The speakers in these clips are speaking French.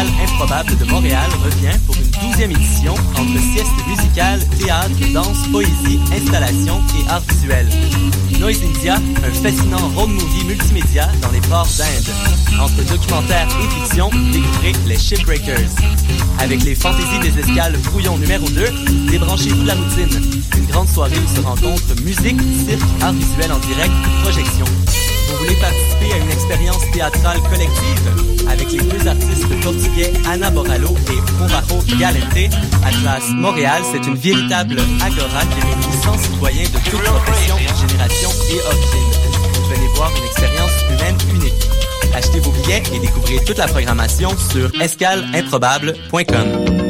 Escale Improbable de Montréal revient pour une 12e édition entre sieste musicale, théâtre, danse, poésie, installation et art visuel. Noise India, un fascinant road movie multimédia dans les ports d'Inde. Entre documentaire et fiction, découvrez les Shipbreakers. Avec les fantaisies des escales brouillon numéro 2, débranchez-vous de la routine. Une grande soirée où se rencontrent musique, cirque, art visuel en direct et projection. Vous voulez participer à une expérience théâtrale collective avec les deux artistes portugais Ana Borralho et Poraro Galente? Atlas Montréal, c'est une véritable agora qui réunit 100 citoyens de toutes professions, générations et origines. Venez voir une expérience humaine unique. Achetez vos billets et découvrez toute la programmation sur escaleimprobable.com.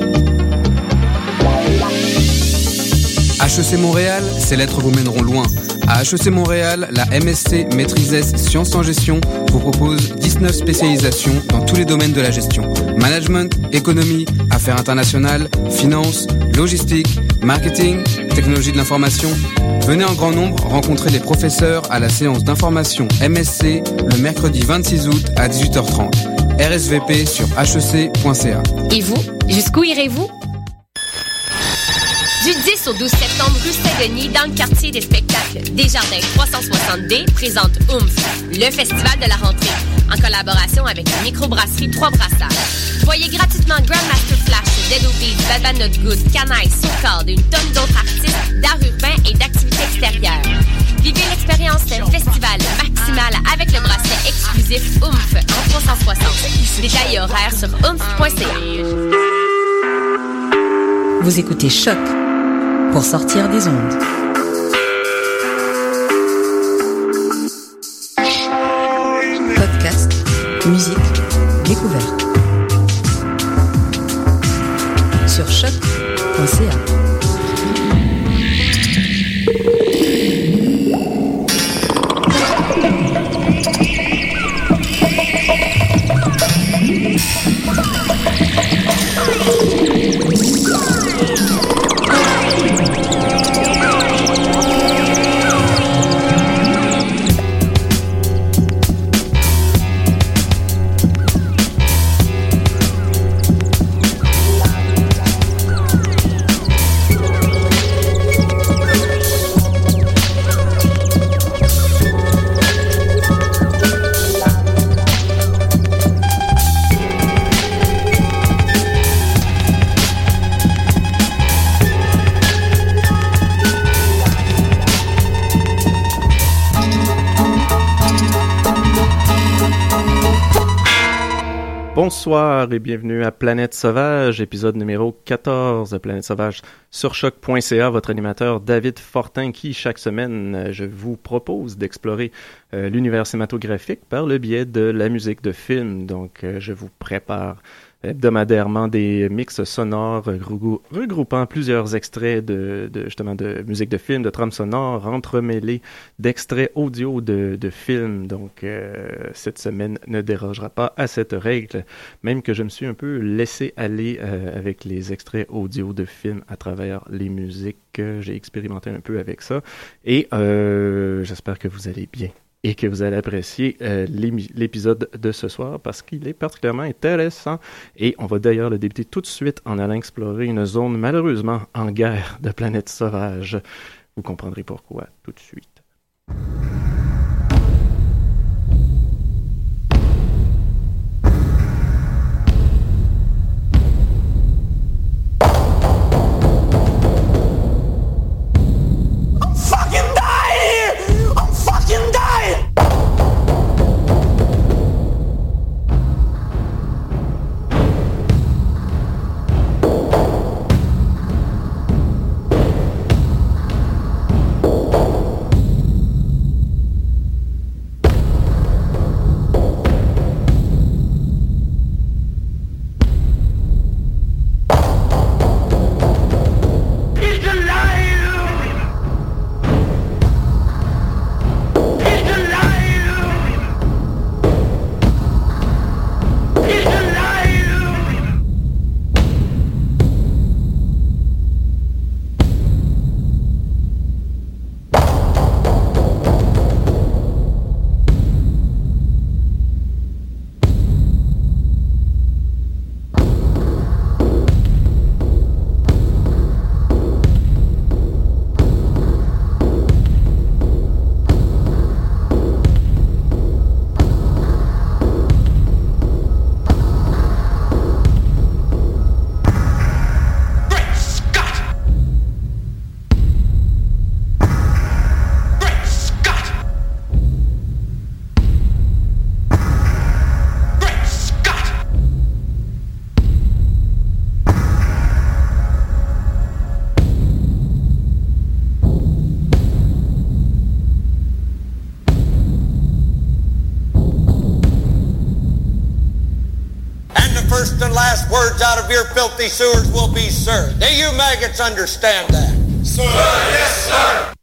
HEC Montréal, ces lettres vous mèneront loin. À HEC Montréal, la MSC Maîtrise S Sciences en Gestion vous propose 19 spécialisations dans tous les domaines de la gestion. Management, économie, affaires internationales, finance, logistique, marketing, technologie de l'information. Venez en grand nombre rencontrer les professeurs à la séance d'information MSC le mercredi 26 août à 18h30. RSVP sur hec.ca. Et vous, jusqu'où irez-vous? Du 10 au 12 septembre, rue Saint-Denis, dans le quartier des spectacles, Desjardins 360D présente Oomph, le festival de la rentrée, en collaboration avec la microbrasserie Trois Brassards. Voyez gratuitement Grandmaster Flash, Dead Obeez, Bad Bad Not Good, Canaille, Socard et une tonne d'autres artistes d'art urbain et d'activités extérieures. Vivez l'expérience d'un festival maximal avec le bracelet exclusif Oomph en 360. Détails et horaires sur oomph.ca. Vous écoutez Choc pour sortir des ondes. Podcast, musique, découverte. Sur choc.ca. Bonsoir et bienvenue à Planète Sauvage, épisode numéro 14 de Planète Sauvage sur choc.ca, votre animateur David Fortin qui, chaque semaine, je vous propose d'explorer l'univers cinématographique par le biais de la musique de film. Donc, je vous prépare hebdomadairement des mix sonores regroupant plusieurs extraits justement de musique de film, de trames sonores, entremêlés d'extraits audio de films. Donc, cette semaine ne dérogera pas à cette règle, même que je me suis un peu laissé aller avec les extraits audio de films à travers les musiques. J'ai expérimenté un peu avec ça et j'espère que vous allez bien et que vous allez apprécier l'épisode de ce soir parce qu'il est particulièrement intéressant. Et on va d'ailleurs le débuter tout de suite en allant explorer une zone malheureusement en guerre de Planète Sauvage. Vous comprendrez pourquoi tout de suite. first and last words out of your filthy sewers will be, sir. Do you maggots understand that? Sir, yes, sir.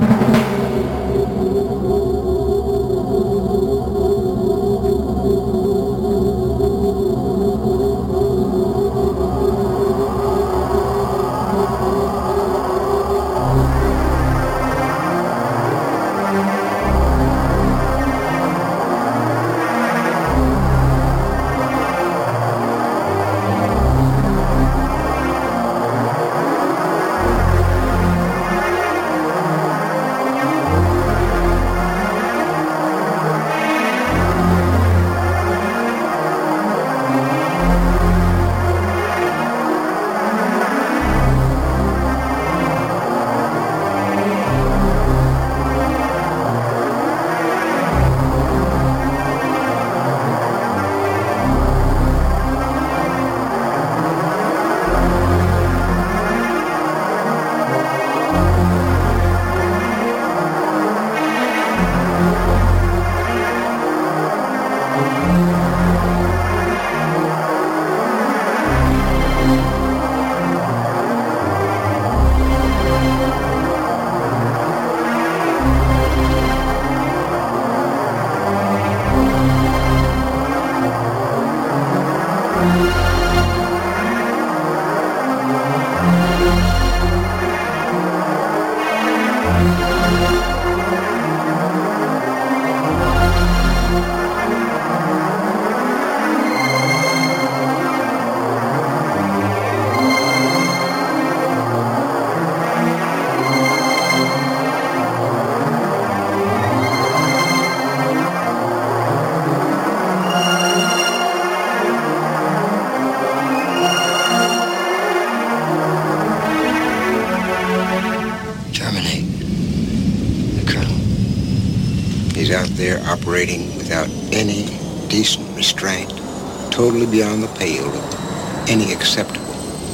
Operating without any decent restraint, totally beyond the pale of any acceptable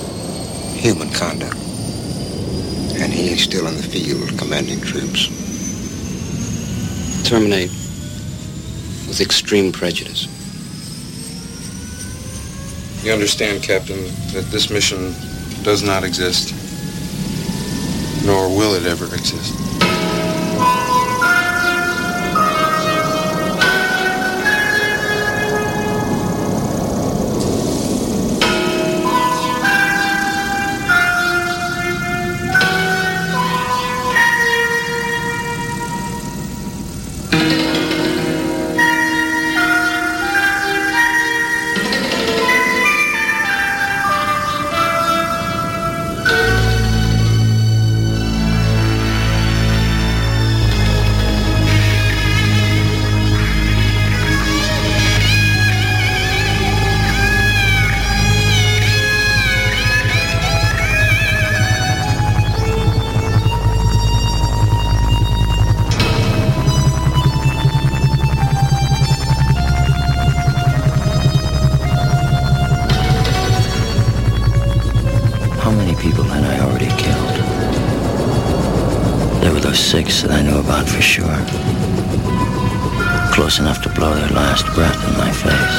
human conduct. And he is still in the field commanding troops. Terminate with extreme prejudice. You understand, Captain, that this mission does not exist, nor will it ever exist. That I knew about for sure. Close enough to blow their last breath in my face.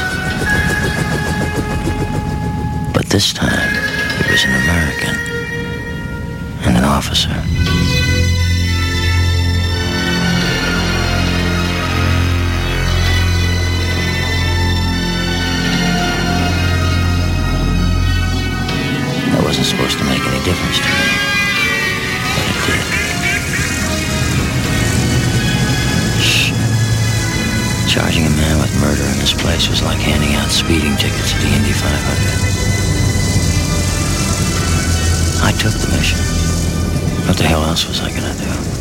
But this time, it was an American and an officer. That wasn't supposed to make any difference to me, but it did. Charging a man with murder in this place was like handing out speeding tickets at the Indy 500. I took the mission. What the hell else was I gonna do?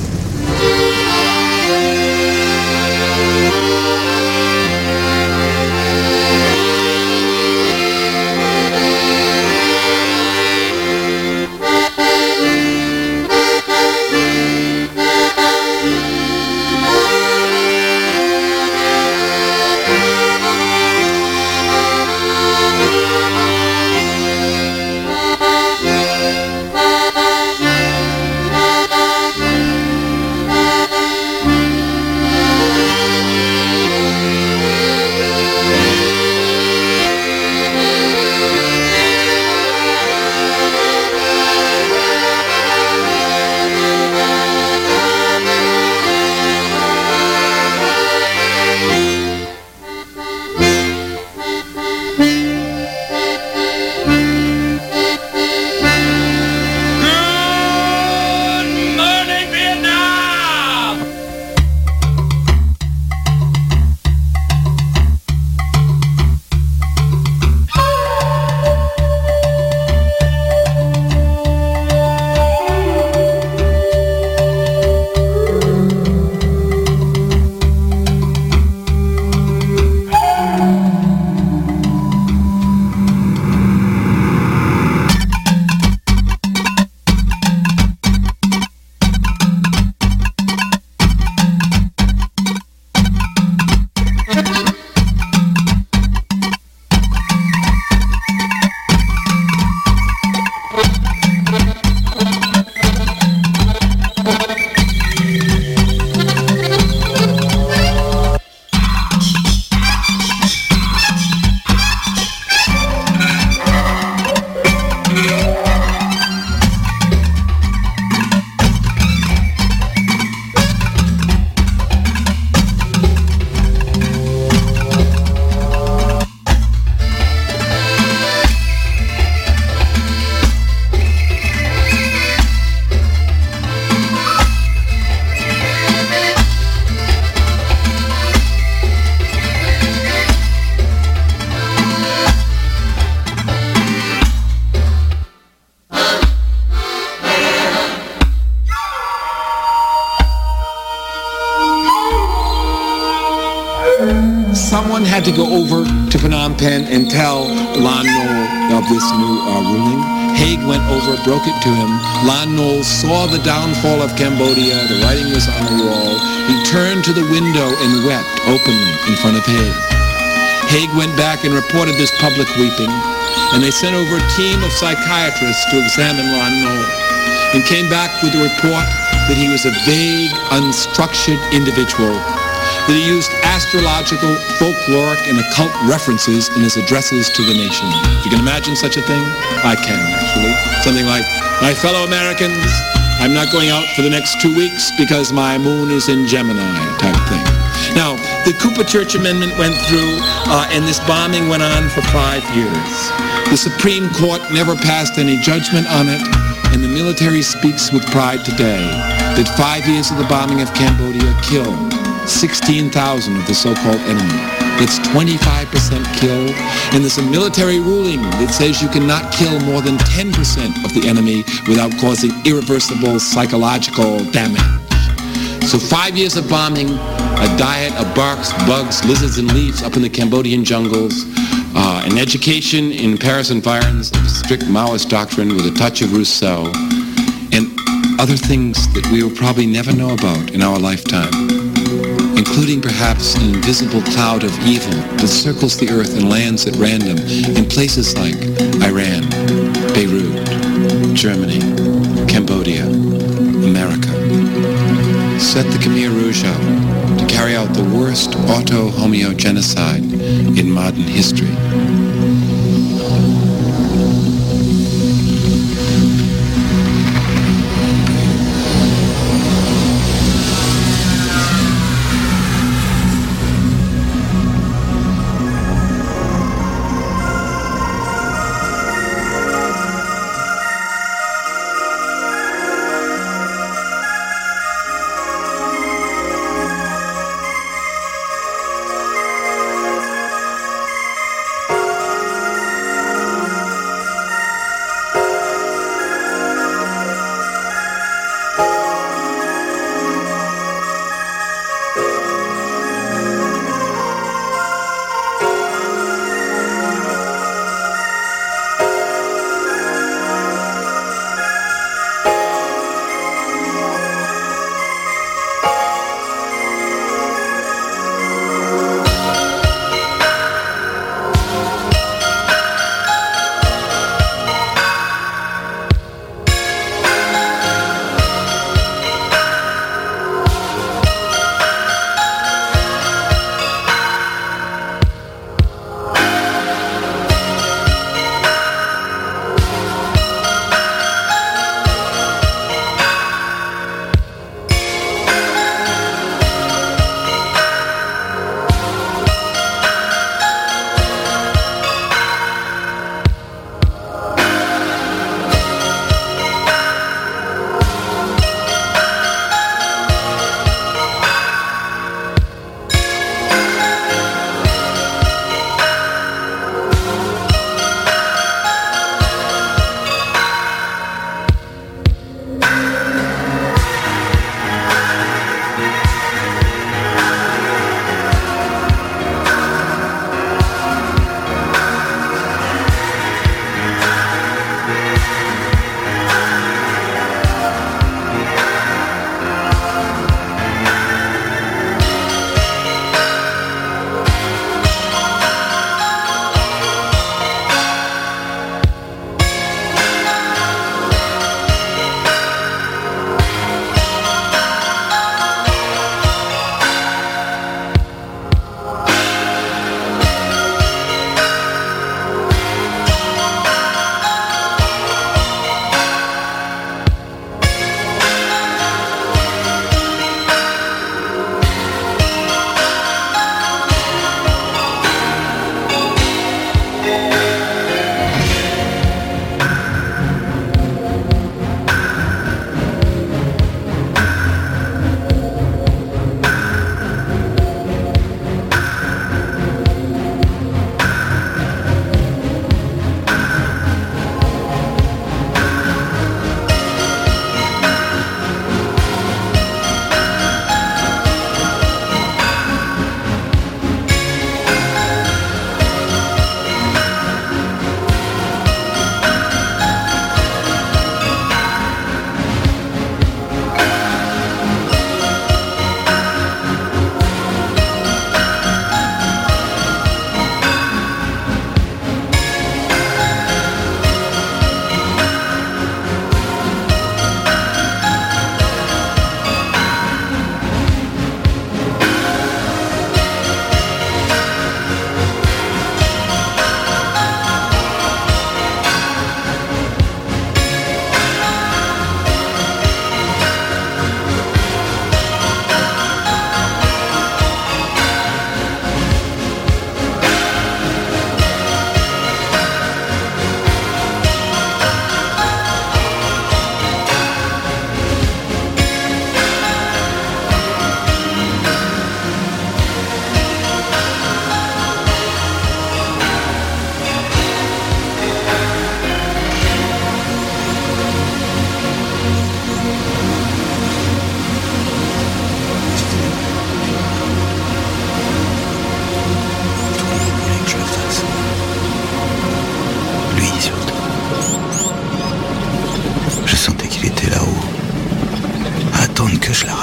someone had to go over to Phnom Penh and tell Lon Nol of this new ruling. Haig went over, broke it to him. Lon Nol saw the downfall of Cambodia. The writing was on the wall. He turned to the window and wept openly in front of Haig. Haig went back and reported this public weeping, and they sent over a team of psychiatrists to examine Lon Nol, and came back with a report that he was a vague, unstructured individual, that he used astrological, folkloric, and occult references in his addresses to the nation. If you can imagine such a thing, I can, actually. Something like, my fellow Americans, I'm not going out for the next 2 weeks because my moon is in Gemini, type thing. Now, the Cooper Church Amendment went through, and this bombing went on for 5 years. The Supreme Court never passed any judgment on it, and the military speaks with pride today that 5 years of the bombing of Cambodia killed 16,000 of the so-called enemy. That's 25% kill, and there's a military ruling that says you cannot kill more than 10% of the enemy without causing irreversible psychological damage. So 5 years of bombing, a diet of barks, bugs, lizards, and leaves up in the Cambodian jungles, an education in Paris environs of strict Maoist doctrine with a touch of Rousseau, and other things that we will probably never know about in our lifetime, including perhaps an invisible cloud of evil that circles the earth and lands at random in places like Iran, Beirut, Germany, Cambodia, America. Set the Khmer Rouge out to carry out the worst auto-homogenocide in modern history.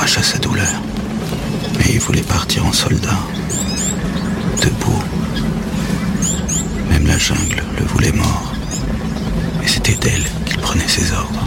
courage à sa douleur. Mais il voulait partir en soldat, debout. Même la jungle le voulait mort. Et c'était d'elle qu'il prenait ses ordres.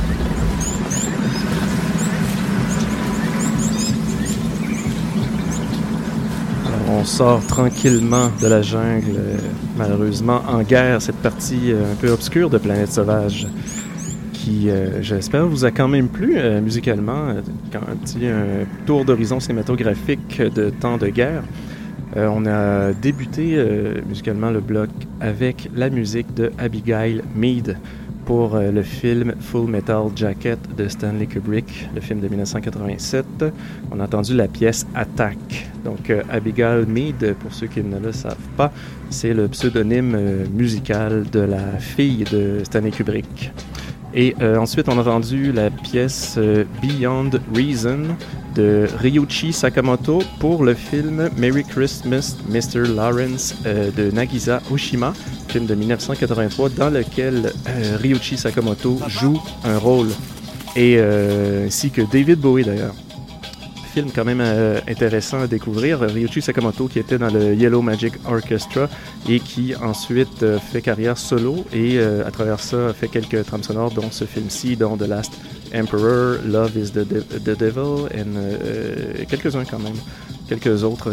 On sort tranquillement de la jungle, malheureusement en guerre, cette partie un peu obscure de Planète Sauvage, qui, j'espère, vous a quand même plu musicalement, un petit tour d'horizon cinématographique de temps de guerre. On a débuté musicalement le bloc avec la musique de Abigail Mead pour le film Full Metal Jacket de Stanley Kubrick, le film de 1987. On a entendu la pièce Attack. Donc, Abigail Mead, pour ceux qui ne le savent pas, c'est le pseudonyme musical de la fille de Stanley Kubrick. Et ensuite, on a entendu la pièce Beyond Reason de Ryuichi Sakamoto pour le film Merry Christmas, Mr. Lawrence de Nagisa Oshima, film de 1983 dans lequel Ryuichi Sakamoto joue un rôle, et ainsi que David Bowie d'ailleurs. Film quand même intéressant à découvrir. Ryuichi Sakamoto qui était dans le Yellow Magic Orchestra et qui ensuite fait carrière solo et à travers ça fait quelques trames sonores dont ce film-ci, dont The Last Emperor, Love is the Devil et quelques-uns quand même. Quelques autres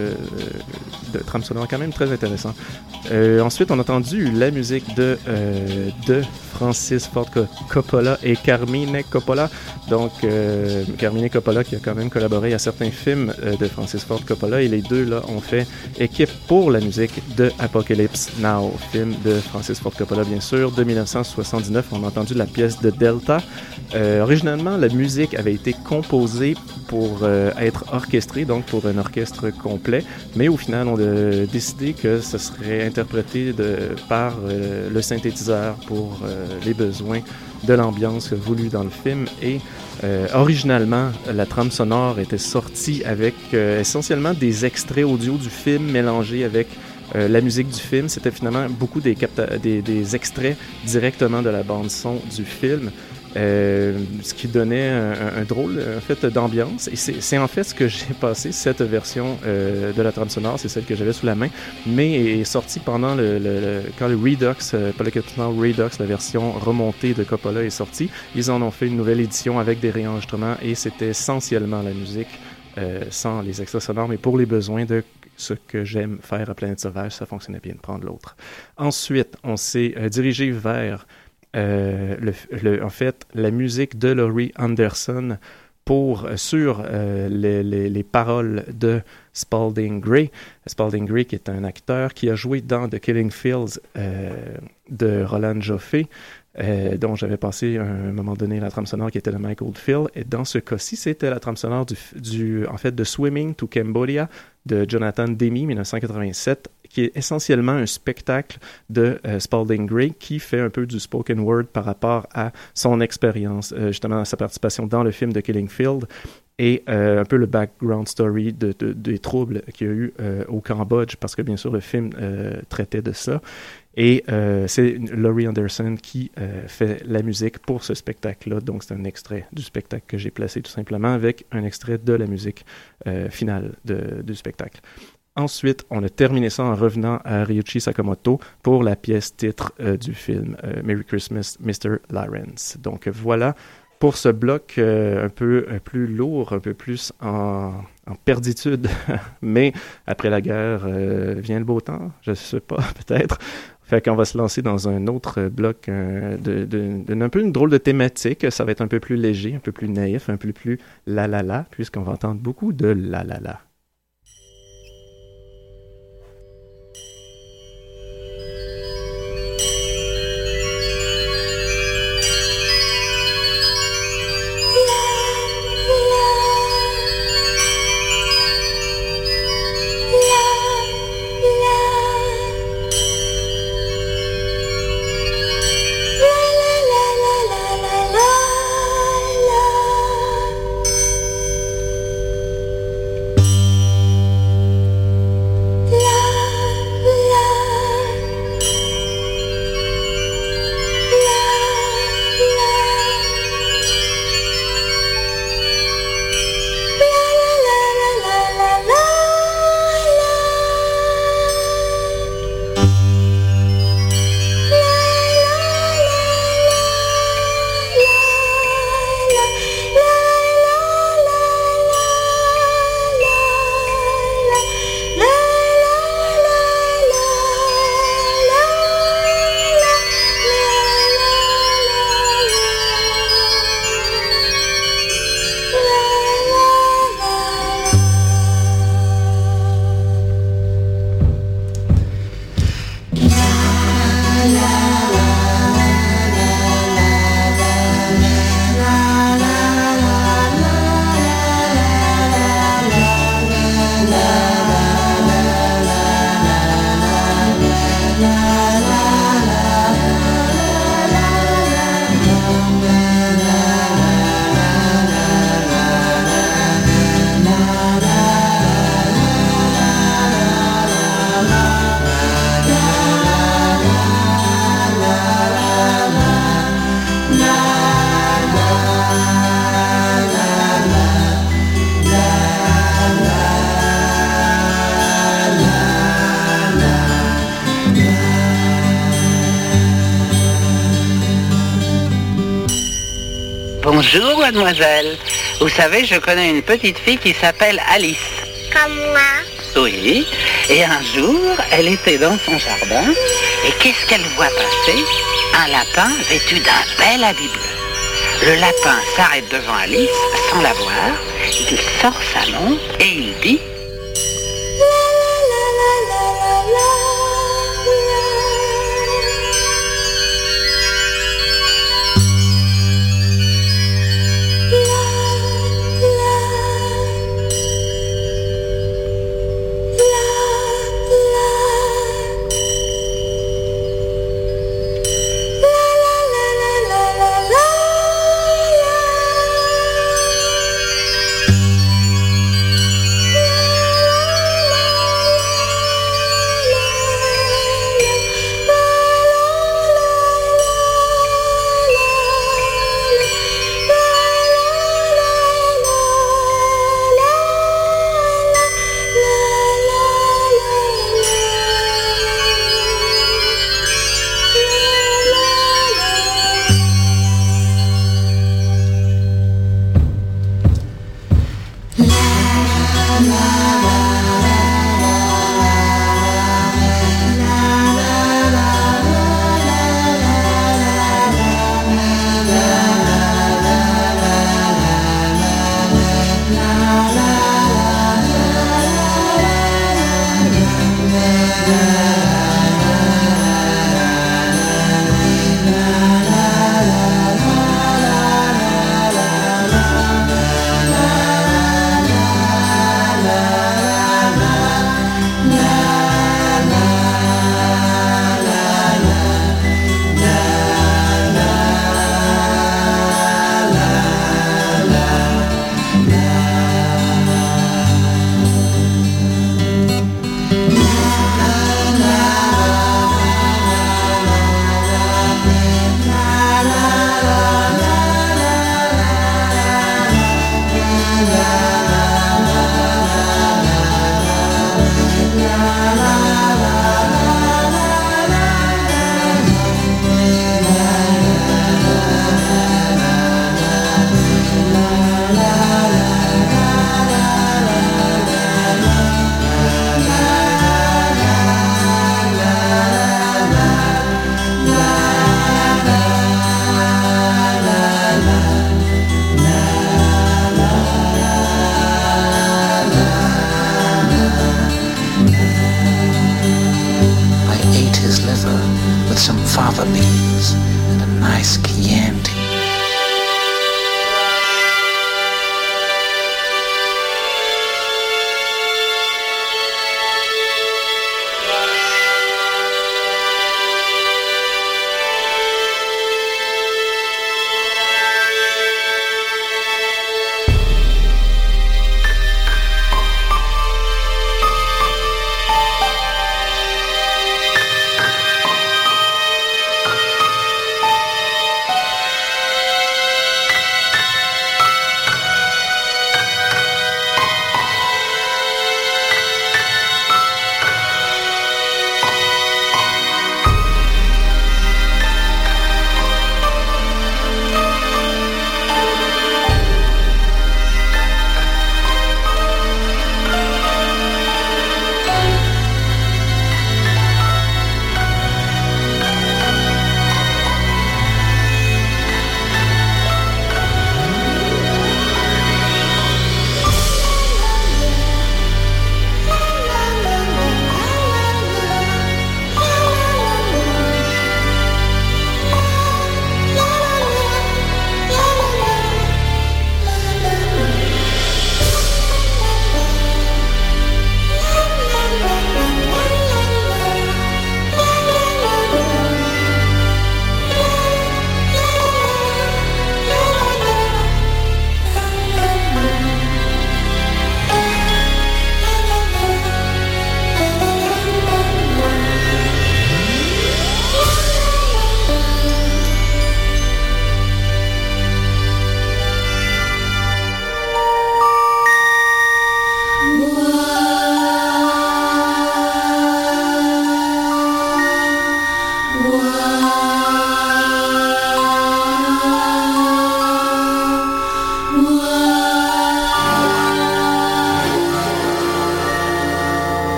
de trames sonores quand même très intéressants. Ensuite, on a entendu la musique de Francis Ford Coppola et Carmine Coppola. Donc, Carmine Coppola qui a quand même collaboré à certains films de Francis Ford Coppola, et les deux là ont fait équipe pour la musique de Apocalypse Now, film de Francis Ford Coppola bien sûr, de 1979. On a entendu la pièce de Delta. Originalement, la musique avait été composée pour être orchestrée, donc pour un orchestre complet, mais au final, on a décidé que ce serait interprété par le synthétiseur pour les besoins de l'ambiance voulue dans le film. Et originalement, la trame sonore était sortie avec essentiellement des extraits audio du film mélangés avec la musique du film. C'était finalement beaucoup des extraits directement de la bande-son du film. Ce qui donnait un drôle en fait d'ambiance, et c'est en fait ce que j'ai passé, cette version de la trame sonore, c'est celle que j'avais sous la main, mais est sortie pendant quand le Redux, Apocalypse Now Redux, la version remontée de Coppola est sortie. Ils en ont fait une nouvelle édition avec des réenregistrements et c'était essentiellement la musique sans les extraits sonores, mais pour les besoins de ce que j'aime faire à Planète Sauvage, ça fonctionnait bien de prendre l'autre. Ensuite, on s'est dirigé vers en fait, la musique de Laurie Anderson sur les paroles de Spalding Gray. Spalding Gray qui est un acteur qui a joué dans The Killing Fields de Roland Joffé, dont j'avais passé à un moment donné la trame sonore qui était de Mike Oldfield, et dans ce cas-ci, c'était la trame sonore en fait, de Swimming to Cambodia de Jonathan Demme, 1987, qui est essentiellement un spectacle de Spalding Gray qui fait un peu du spoken word par rapport à son expérience, justement, à sa participation dans le film de Killing Field, et un peu le background story des troubles qu'il y a eu au Cambodge, parce que bien sûr le film traitait de ça. Et c'est Laurie Anderson qui fait la musique pour ce spectacle-là. Donc, c'est un extrait du spectacle que j'ai placé tout simplement avec un extrait de la musique finale du spectacle. Ensuite, on a terminé ça en revenant à Ryuichi Sakamoto pour la pièce titre du film Merry Christmas, Mr. Lawrence. Donc, voilà pour ce bloc un peu plus lourd, un peu plus en perditude. Mais après la guerre, vient le beau temps, je ne sais pas, peut-être. Fait qu'on va se lancer dans un autre bloc un peu une drôle de thématique. Ça va être un peu plus léger, un peu plus naïf, un peu plus la, puisqu'on va entendre beaucoup de la. Bonjour, mademoiselle. Vous savez, je connais une petite fille qui s'appelle Alice. Comme moi? Oui. Et un jour, elle était dans son jardin. Et qu'est-ce qu'elle voit passer? Un lapin vêtu d'un bel habit bleu. Le lapin s'arrête devant Alice sans la voir. Il sort sa lampe et il dit...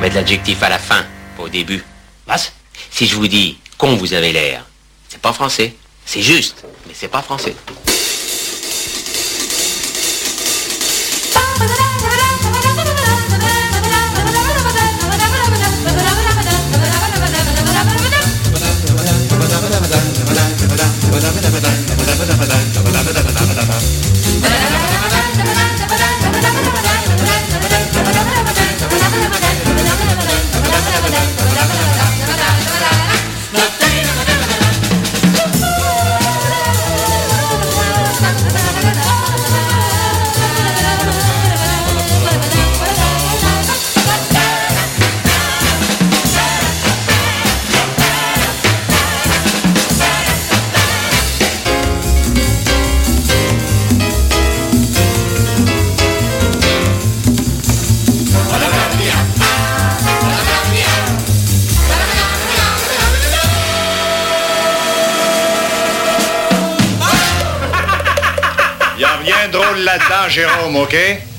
mettre l'adjectif à la fin, pas au début. Was? Si je vous dis « con vous avez l'air », c'est pas français. C'est juste, mais c'est pas français. Là-dedans, Jérôme, OK?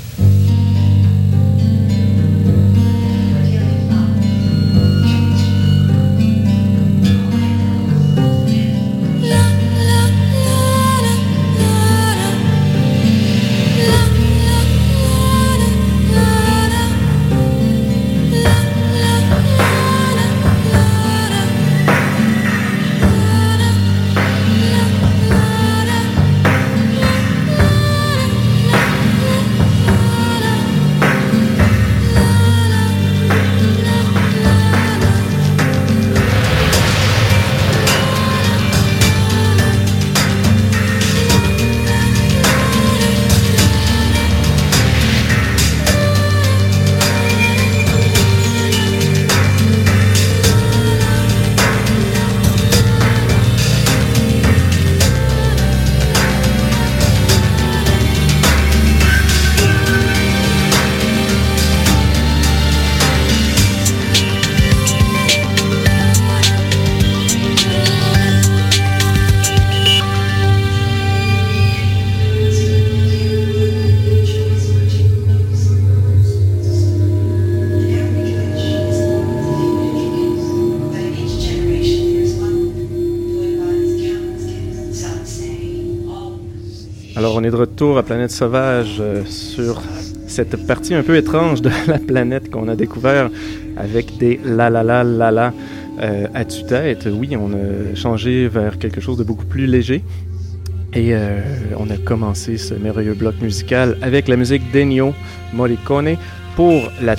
Alors, on est de retour à Planète Sauvage sur cette partie un peu étrange de la planète qu'on a découvert avec des la la la la la à tue-tête. Oui, on a changé vers quelque chose de beaucoup plus léger. Et on a commencé ce merveilleux bloc musical avec la musique d'Ennio Morricone pour la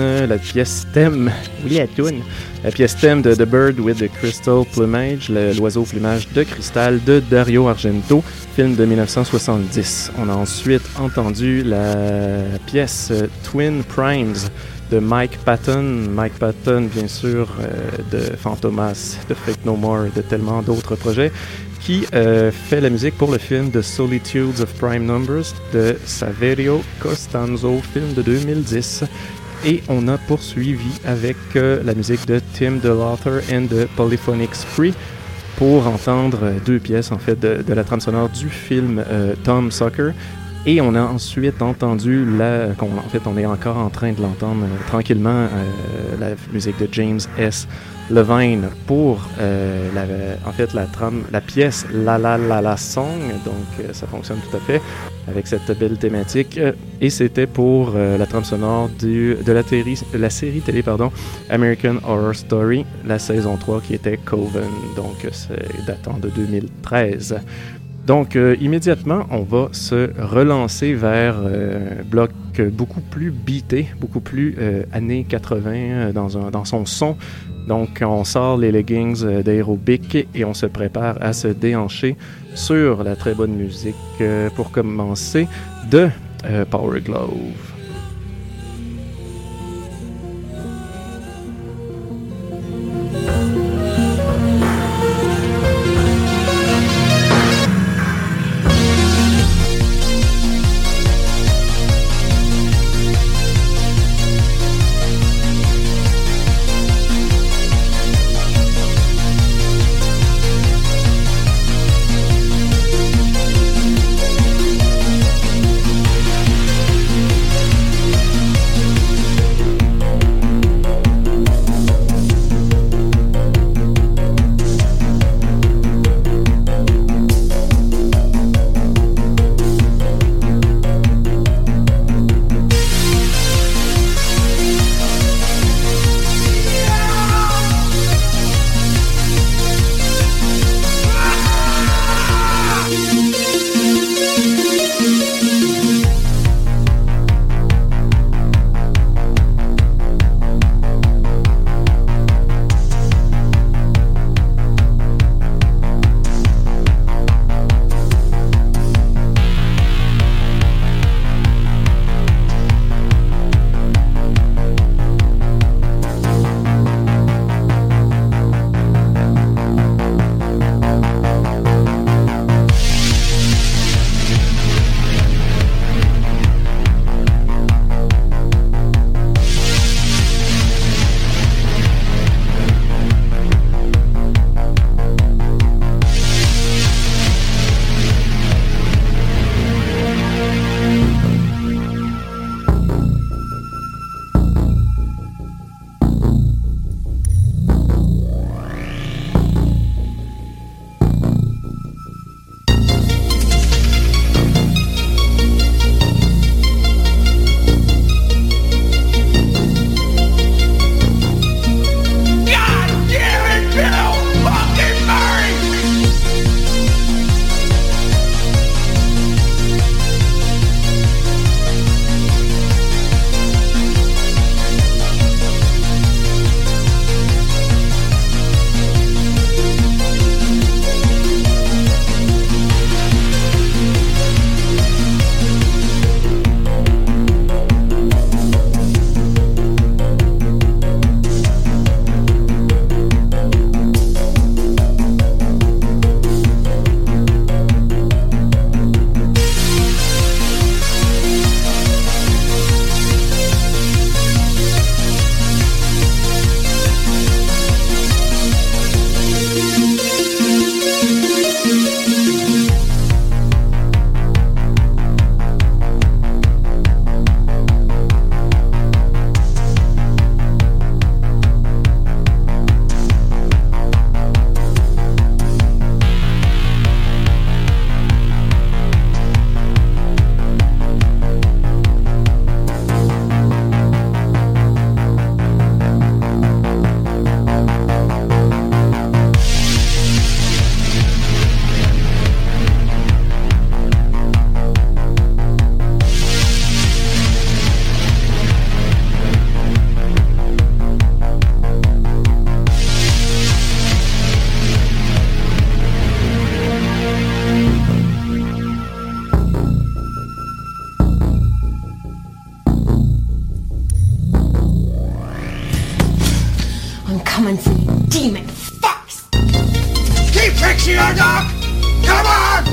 pièce thème, oui la toune, la pièce thème de The Bird with the Crystal Plumage, l'oiseau au plumage de cristal de Dario Argento, film de 1970. On a ensuite entendu la pièce Twin Primes de Mike Patton. Mike Patton, bien sûr, de Fantomas, de Fake No More et de tellement d'autres projets, qui fait la musique pour le film The Solitudes of Prime Numbers de Saverio Costanzo, film de 2010. Et on a poursuivi avec la musique de Tim DeLaughter and the Polyphonic Spree pour entendre deux pièces en fait de la trame sonore du film Tom Sawyer. Et on a ensuite entendu en fait on est encore en train de l'entendre tranquillement, la musique de James S. Levine pour la pièce La La La La Song, donc ça fonctionne tout à fait avec cette belle thématique, et c'était pour la trame sonore de la série télé American Horror Story, la saison 3 qui était Coven, donc c'est datant de 2013. Donc, immédiatement, on va se relancer vers un bloc beaucoup plus beaté, beaucoup plus années 80 dans son son. Donc, on sort les leggings d'aérobic et on se prépare à se déhancher sur la très bonne musique, pour commencer, de Power Glove. Come and see Demon Fox! Keep fixing her, Doc! Come on!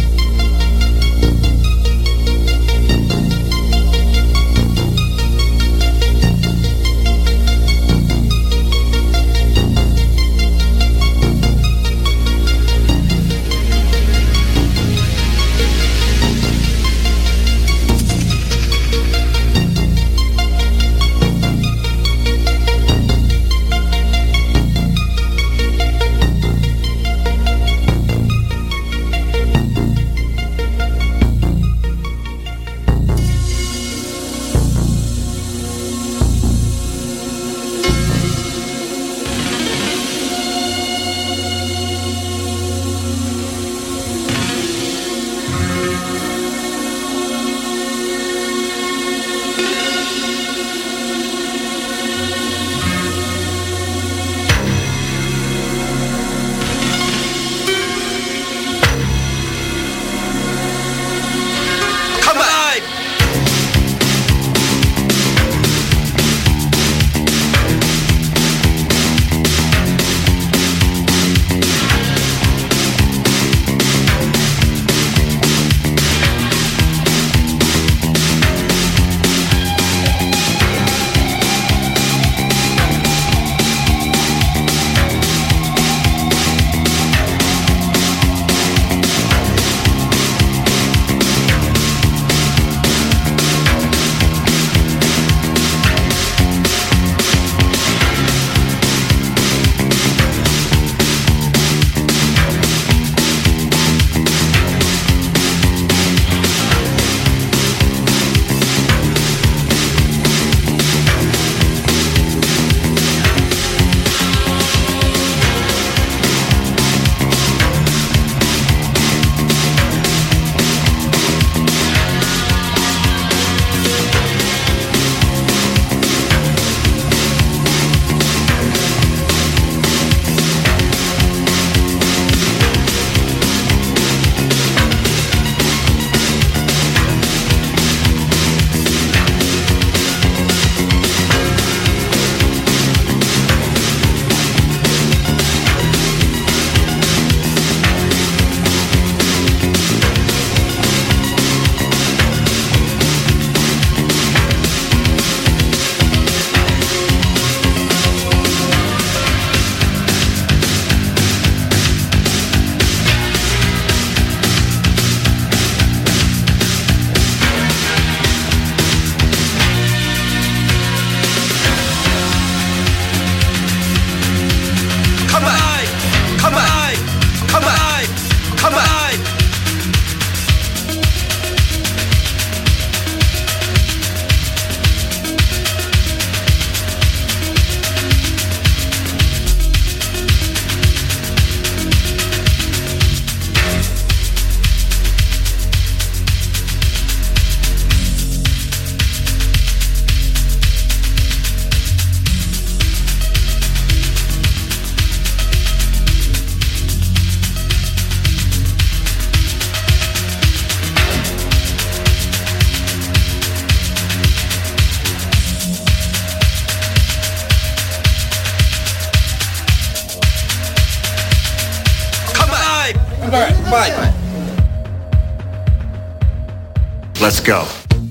Bye. Let's go.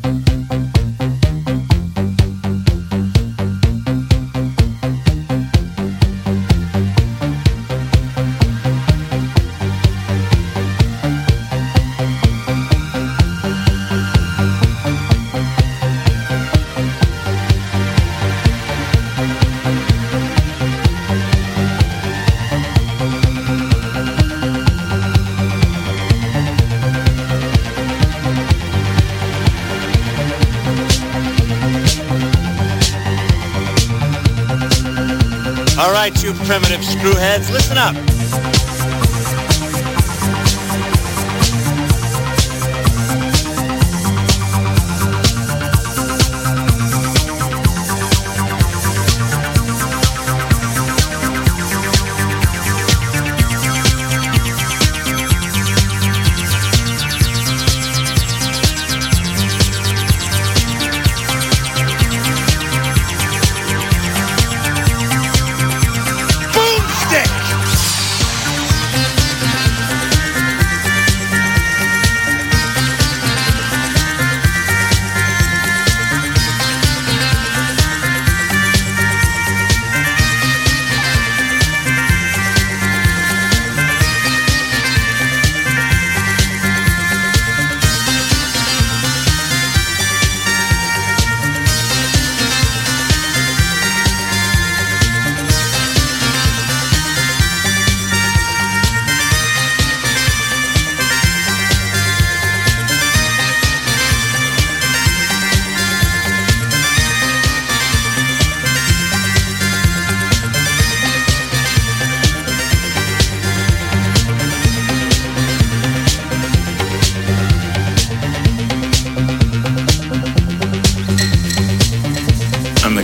All right, you primitive screwheads, listen up.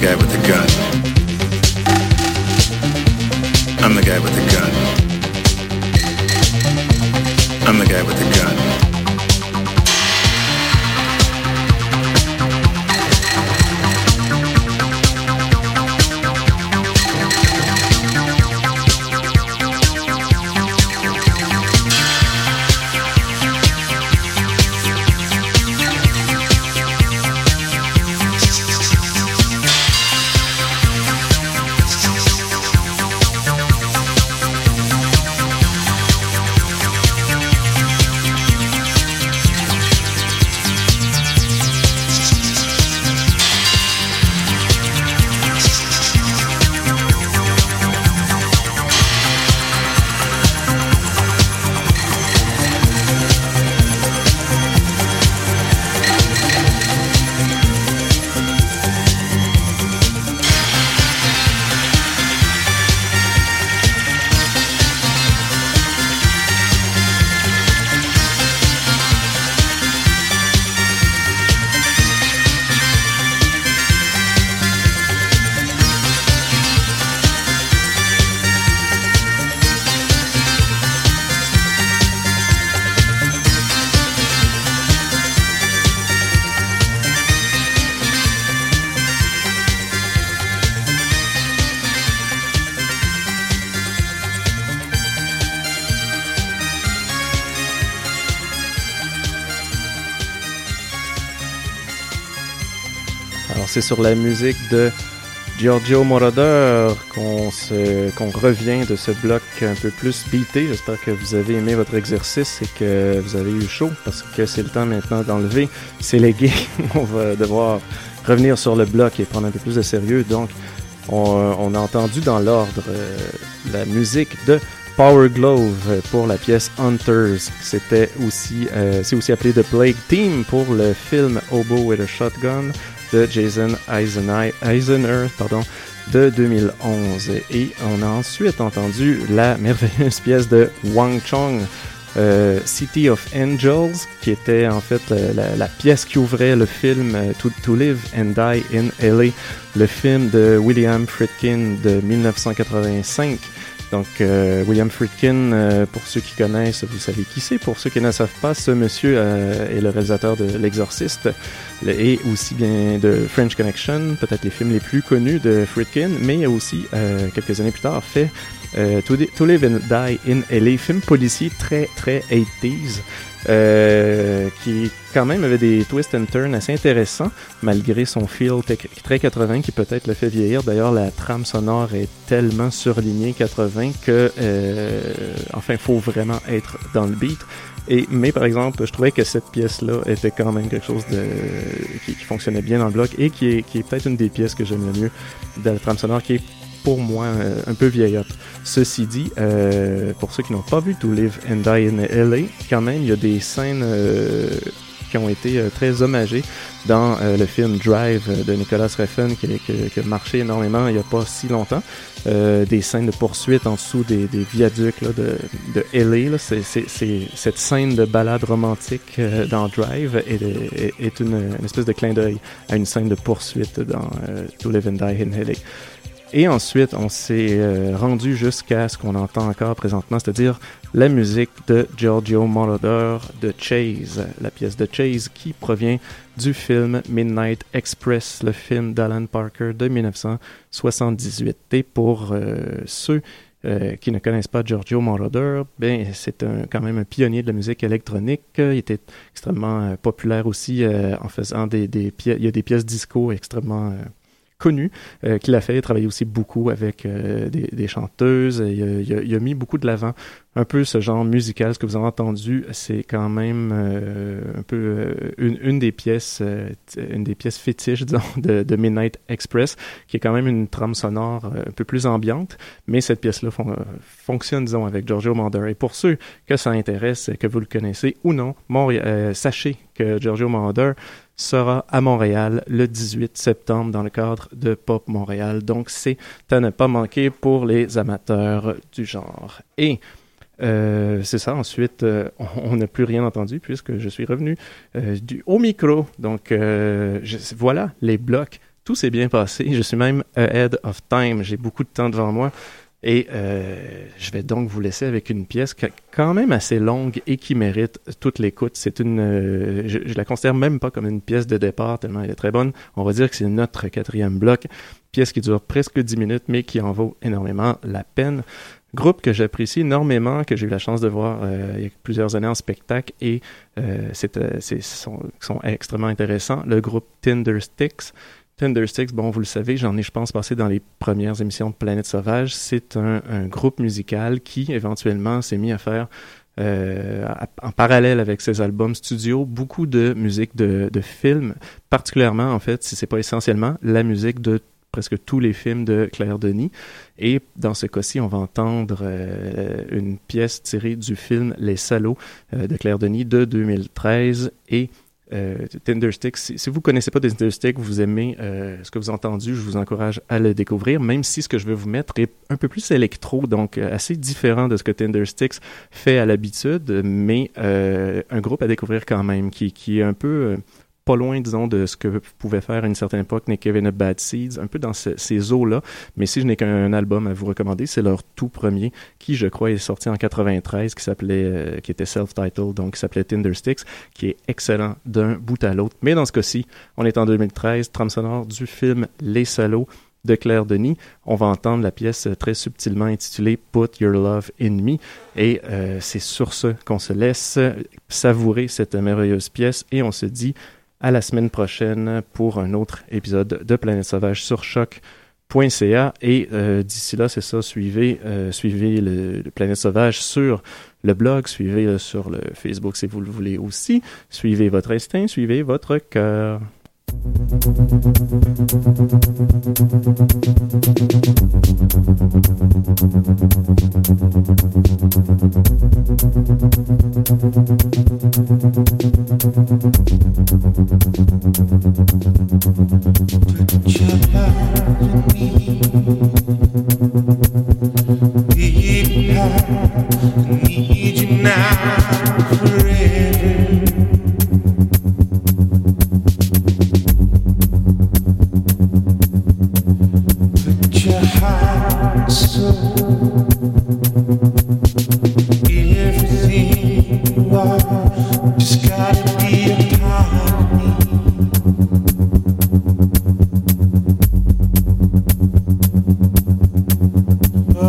guy with the gun. I'm the guy with the gun. I'm the guy with the gun. C'est sur la musique de Giorgio Moroder qu'on revient de ce bloc un peu plus beaté. J'espère que vous avez aimé votre exercice et que vous avez eu chaud parce que c'est le temps maintenant d'enlever ces légués. On va devoir revenir sur le bloc et prendre un peu plus de sérieux. Donc, on a entendu dans l'ordre la musique de Power Glove pour la pièce Hunters. C'est aussi appelé The Plague Team pour le film Hobo with a Shotgun de Jason Eisner de 2011. Et on a ensuite entendu la merveilleuse pièce de Wang Chung, City of Angels, qui était en fait la pièce qui ouvrait le film To Live and Die in LA, le film de William Friedkin de 1985. Donc, William Friedkin, pour ceux qui connaissent, vous savez qui c'est. Pour ceux qui ne savent pas, ce monsieur est le réalisateur de L'Exorciste et aussi bien de French Connection, peut-être les films les plus connus de Friedkin, mais il a aussi, quelques années plus tard, fait To Live and Die in LA, film policier très, très 80s, qui quand même avait des twists and turns assez intéressants, malgré son feel très 80 qui peut-être le fait vieillir. D'ailleurs, la trame sonore est tellement surlignée 80 que, il faut vraiment être dans le beat. Mais par exemple, je trouvais que cette pièce-là était quand même quelque chose qui fonctionnait bien dans le bloc et qui est peut-être une des pièces que j'aime le mieux de la trame sonore, qui est pour moi un peu vieillotte. Ceci dit, pour ceux qui n'ont pas vu To Live and Die in LA, quand même, il y a des scènes qui ont été très hommagées dans le film Drive de Nicolas Refn qui a marché énormément il n'y a pas si longtemps. Des scènes de poursuite en dessous des viaducs là, de LA. Là. C'est cette scène de balade romantique dans Drive est une espèce de clin d'œil à une scène de poursuite dans To Live and Die in LA. Et ensuite, on s'est rendu jusqu'à ce qu'on entend encore présentement, c'est-à-dire la musique de Giorgio Moroder de Chase, la pièce de Chase qui provient du film Midnight Express, le film d'Alan Parker de 1978. Et pour ceux qui ne connaissent pas Giorgio Moroder, c'est quand même un pionnier de la musique électronique. Il était extrêmement populaire aussi en faisant des pièces. Il y a des pièces disco extrêmement connu, qu'il a fait travailler aussi beaucoup avec des chanteuses. Il a mis beaucoup de l'avant un peu ce genre musical. Ce que vous avez entendu, c'est quand même un peu une des pièces fétiches, disons, de Midnight Express, qui est quand même une trame sonore un peu plus ambiante, mais cette pièce-là fonctionne, disons, avec Giorgio Moroder. Et pour ceux que ça intéresse, que vous le connaissez ou non, sachez que Giorgio Moroder sera à Montréal le 18 septembre dans le cadre de Pop Montréal. Donc, c'est à ne pas manquer pour les amateurs du genre. Et c'est ça. Ensuite, on n'a plus rien entendu puisque je suis revenu au micro. Donc, voilà les blocs tout s'est bien passé. Je suis même ahead of time. J'ai beaucoup de temps devant moi. Et je vais donc vous laisser avec une pièce quand même assez longue et qui mérite toute l'écoute. C'est une, je la considère même pas comme une pièce de départ tellement elle est très bonne. On va dire que c'est notre 4e bloc. Pièce qui dure presque 10 minutes, mais qui en vaut énormément la peine. Groupe que j'apprécie énormément, que j'ai eu la chance de voir il y a plusieurs années en spectacle et sont extrêmement intéressants. Le groupe Tindersticks. Tindersticks, bon, vous le savez, j'en ai, je pense, passé dans les premières émissions de Planète Sauvage. C'est un groupe musical qui, éventuellement, s'est mis à faire, en parallèle avec ses albums studio, beaucoup de musique de films, particulièrement, en fait, si c'est pas essentiellement, la musique de presque tous les films de Claire Denis. Et dans ce cas-ci, on va entendre une pièce tirée du film Les Salauds de Claire Denis de 2013 et Tindersticks. Si vous ne connaissez pas Tindersticks, vous aimez ce que vous avez entendu, je vous encourage à le découvrir, même si ce que je vais vous mettre est un peu plus électro, donc assez différent de ce que Tindersticks fait à l'habitude, mais un groupe à découvrir quand même, qui est un peu pas loin, disons, de ce que pouvait faire à une certaine époque Nick Cave and the Bad Seeds, un peu dans ces eaux-là. Mais si je n'ai qu'un album à vous recommander, c'est leur tout premier, qui, je crois, est sorti en 93, qui était self-titled, donc qui s'appelait Tindersticks, qui est excellent d'un bout à l'autre. Mais dans ce cas-ci, on est en 2013, trame sonore du film Les Salauds de Claire Denis. On va entendre la pièce très subtilement intitulée Put Your Love in Me. Et c'est sur ce qu'on se laisse savourer cette merveilleuse pièce et on se dit à la semaine prochaine pour un autre épisode de Planète Sauvage sur choc.ca. Et d'ici là, c'est ça, suivez le Planète Sauvage sur le blog, suivez sur le Facebook si vous le voulez aussi. Suivez votre instinct, suivez votre cœur.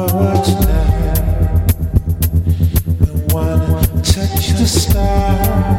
Touch the stars.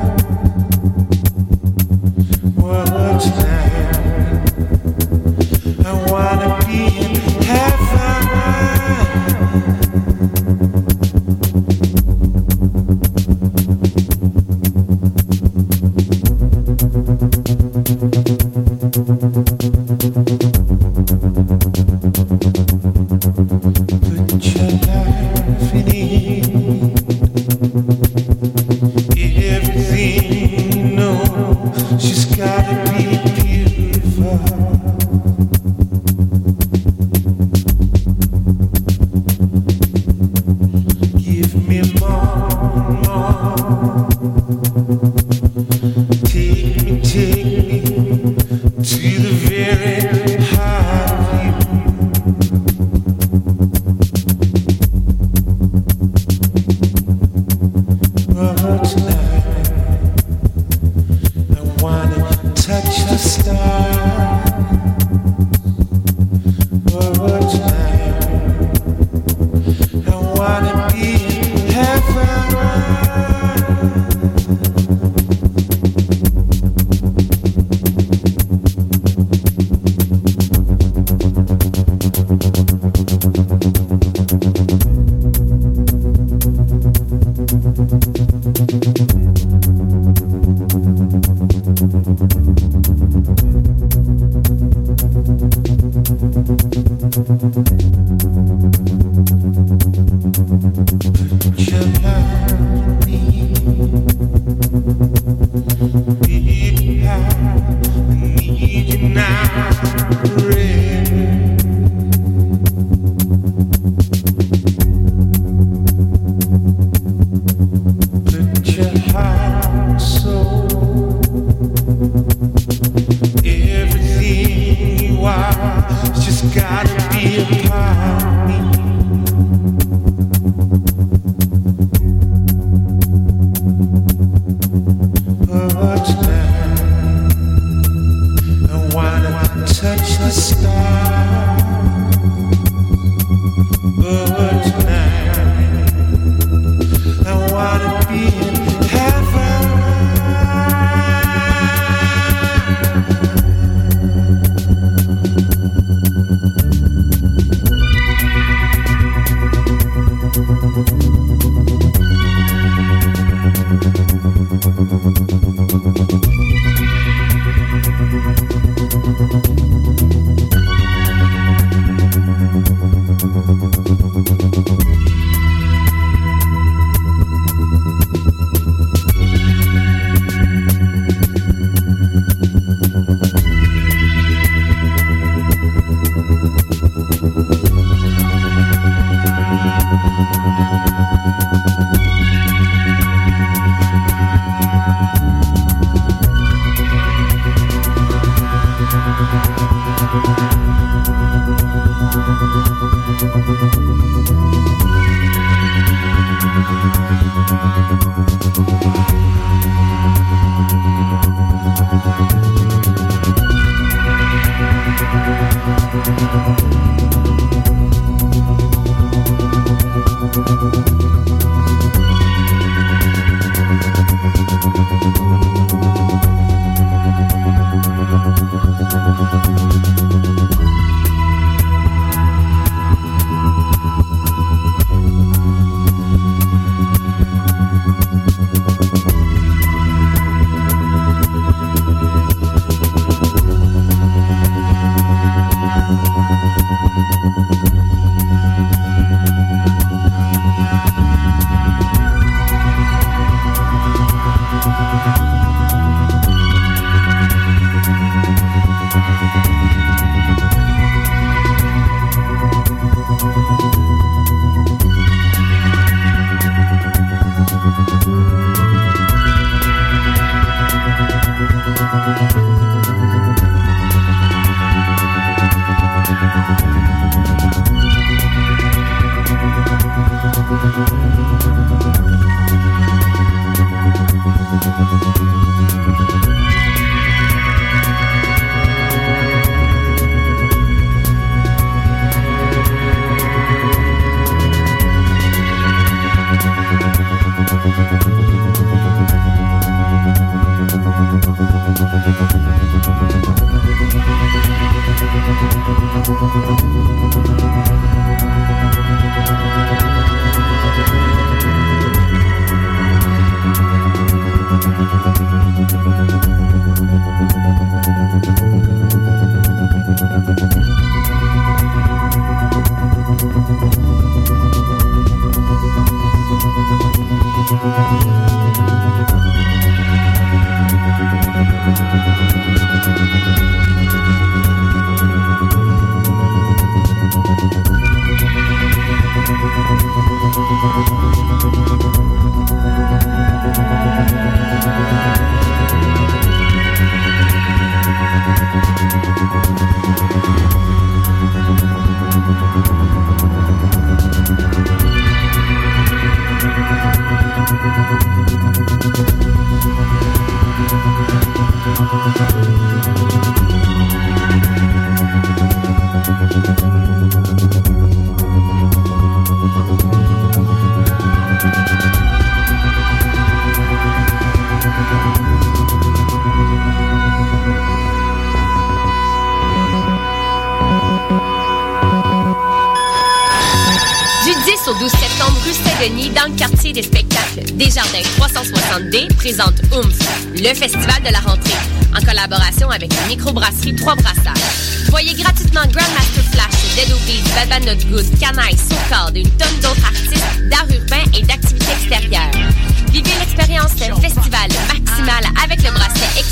Dans le quartier des spectacles Desjardins 360D présente Oomph, le festival de la rentrée, en collaboration avec la microbrasserie Trois Brassards. Voyez gratuitement Grandmaster Flash, Dead Obies, Bad Bad Not Good, Canaille, SoCard et une tonne d'autres artistes d'art urbain et d'activités extérieures. Vivez l'expérience festival maximale avec le bracelet